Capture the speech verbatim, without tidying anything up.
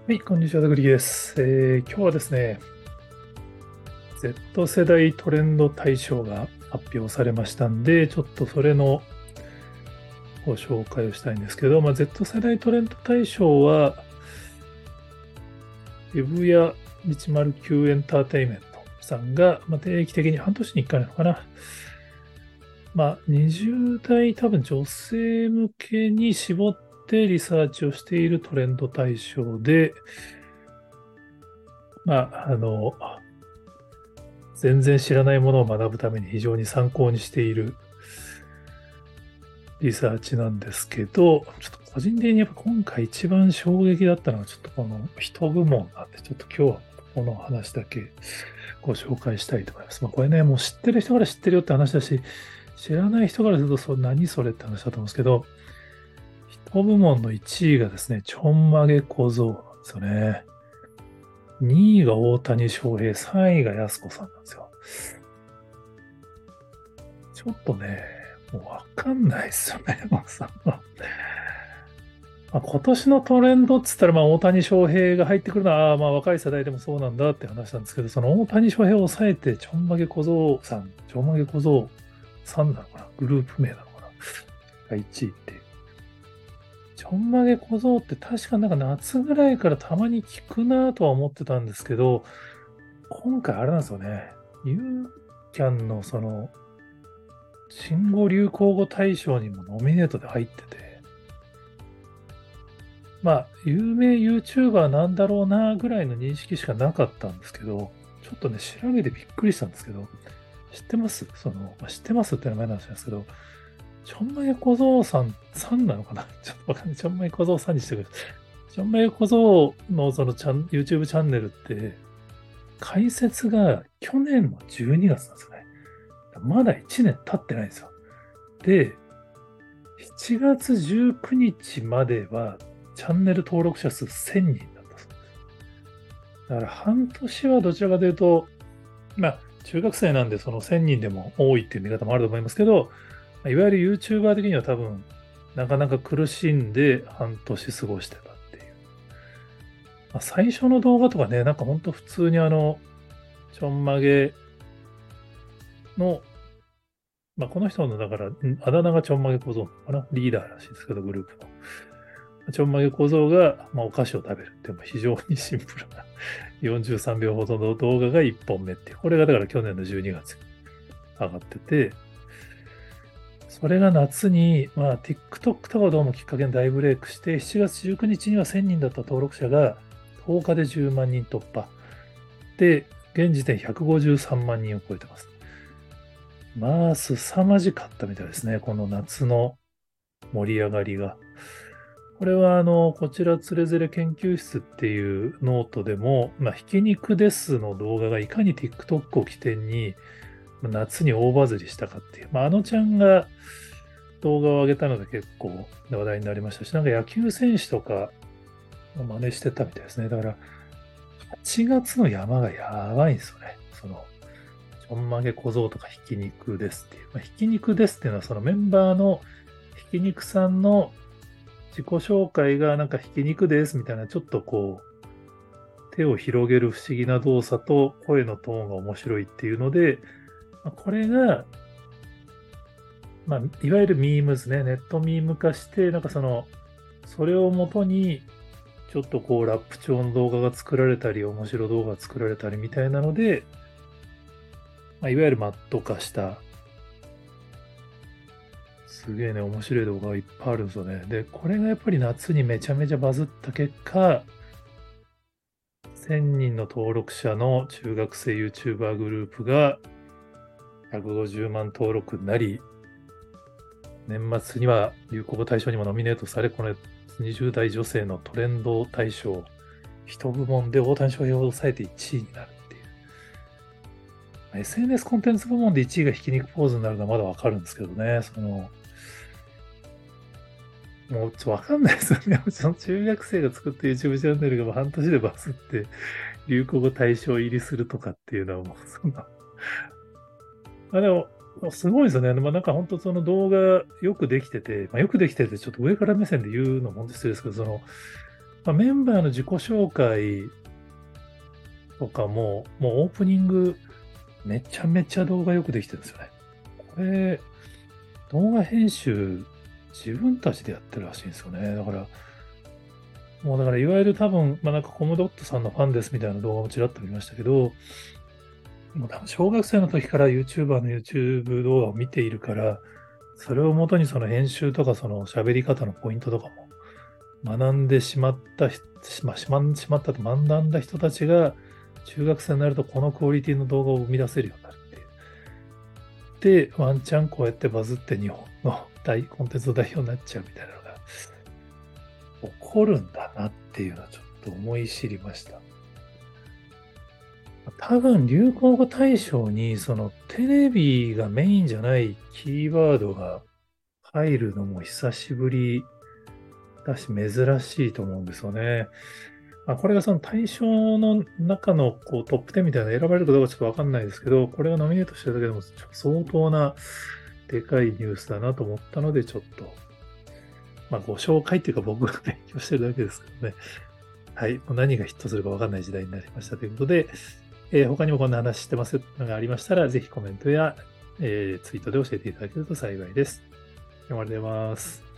はい、こんにちは、グリーです、えー今日はですね、Z 世代トレンド大賞が発表されましたんで、ちょっとそれのご紹介をしたいんですけど、まあ、Z 世代トレンド大賞は、渋谷いちまるきゅうエンターテイメントさんが、まあ、定期的に半年にいっかいなのかな、まあ、にじゅう代多分女性向けに絞ってリサーチをしているトレンド大賞で、まあ、あの、全然知らないものを学ぶために非常に参考にしているリサーチなんですけど、ちょっと個人的にやっぱ今回一番衝撃だったのはちょっとこの人部門なんで、ちょっと今日はこの話だけご紹介したいと思います。まあこれね、もう知ってる人から知ってるよって話だし、知らない人からするとそ何それって話だと思うんですけど、人部門のいちいがですね、ちょんまげ小僧なんですよね。にいが大谷翔平、さんいが安子さんなんですよ。ちょっとね、もうわかんないですよね。もうさまあ、今年のトレンドっつったら、まあ、大谷翔平が入ってくるのは、あーまあ、若い世代でもそうなんだって話なんですけど、その大谷翔平を抑えて、ちょんまげ小僧さん、ちょんまげ小僧さんなのかな、グループ名なのかな、がいちいっていう。ちょんまげ小僧って確かなんか夏ぐらいからたまに聞くなとは思ってたんですけど、今回あれなんですよね。ユーキャンのその新語・流行語大賞にもノミネートで入ってて、まあ、有名 YouTuber なんだろうなぐらいの認識しかなかったんですけど、ちょっとね、調べてびっくりしたんですけど、知ってますその、まあ、知ってますって名前なんですけど、ちょんまげ小僧さん、さんなのかなちょっとわかんない。ちょんまげ小僧さんにしてくれ。ちょんまげ小僧のそのチャン YouTube チャンネルって、解説が去年のじゅうにがつなんですよね。まだいちねん経ってないんですよ。で、しちがつじゅうくにちまではチャンネル登録者数せんにんだったそうです。だから半年はどちらかというと、まあ、中学生なんでそのせんにんでも多いっていう見方もあると思いますけど、いわゆる YouTuber 的には多分、なかなか苦しんで半年過ごしてたっていう。まあ、最初の動画とかね、なんか本当普通にあの、ちょんまげの、まあ、この人のだから、あだ名がちょんまげ小僧かな、リーダーらしいですけど、グループの。ちょんまげ小僧が、まあ、お菓子を食べるっていう非常にシンプルなよんじゅうさんびょうほどの動画がいっぽんめっていう、これがだから去年のじゅうにがつに上がってて、それが夏に、まあ、TikTok とかをどうもきっかけに大ブレイクして、しちがつじゅうくにちにはせんにんだった登録者がとおかでじゅうまんにん突破。で、現時点ひゃくごじゅうさんまんにんを超えてます。まあ、凄まじかったみたいですね、この夏の盛り上がりが。これは、あの、こちら、つれづれ研究室っていうノートでも、まあ、ひき肉ですの動画がいかに TikTok を起点に、夏に大バズりしたかっていう。まあ、あのちゃんが動画を上げたので結構話題になりましたし、なんか野球選手とか真似してたみたいですね。だから、はちがつの山がやばいんですよね。その、ちょんまげ小僧とかひき肉ですっていう。まあ、ひき肉ですっていうのは、そのメンバーのひき肉さんの自己紹介がなんかひき肉ですみたいな、ちょっとこう、手を広げる不思議な動作と声のトーンが面白いっていうので、まあこれが、まあ、いわゆるミームズね、ネットミーム化して、なんかその、それをもとに、ちょっとこう、ラップ調の動画が作られたり、面白動画が作られたりみたいなので、まあ、いわゆるマット化した、すげえね、面白い動画がいっぱいあるんですよね。で、これがやっぱり夏にめちゃめちゃバズった結果、せんにんの登録者の中学生 YouTuber グループがひゃくごじゅうまん登録になり、年末には流行語大賞にもノミネートされ、このにじゅう代女性のトレンド大賞、一部門で大谷翔平を抑えていちいになるっていう。エスエヌエス コンテンツ部門でいちいがひき肉ポーズになるのはまだわかるんですけどね、その、もうちょっとわかんないですよね。その中学生が作った YouTube チャンネルがもう半年でバズって、流行語大賞入りするとかっていうのはもうそんな。まあでも、すごいですよね。まあ、なんか本当その動画よくできてて、まあ、よくできてて、ちょっと上から目線で言うのも本当失礼ですけど、そのまあ、メンバーの自己紹介とかも、もうオープニング、めちゃめちゃ動画よくできてるんですよね。これ、動画編集、自分たちでやってるらしいんですよね。だから、もうだから、いわゆる多分、まあなんかコムドットさんのファンですみたいな動画もちらっと見ましたけど、もう多分小学生の時から YouTuber の YouTube 動画を見ているから、それをもとにその編集とかその喋り方のポイントとかも学んでしまった人、まあ、しましまったと学んだ人たちが中学生になるとこのクオリティの動画を生み出せるようになるっていう。で、ワンチャンこうやってバズって日本の大コンテンツの代表になっちゃうみたいなのが起こるんだなっていうのはちょっと思い知りました。多分流行語大賞にそのテレビがメインじゃないキーワードが入るのも久しぶりだし珍しいと思うんですよね。まあ、これがその対象の中のこうトップじゅうみたいなの選ばれるかどうかちょっとわかんないですけど、これがノミネートしてるだけでも相当なでかいニュースだなと思ったので、ちょっと、まあご紹介っていうか僕が勉強してるだけですけどね。はい。もう何がヒットするかわかんない時代になりましたということで、えー他にもこんな話してますのがありましたら、ぜひコメントや、えーツイートで教えていただけると幸いです。ありがとうございます。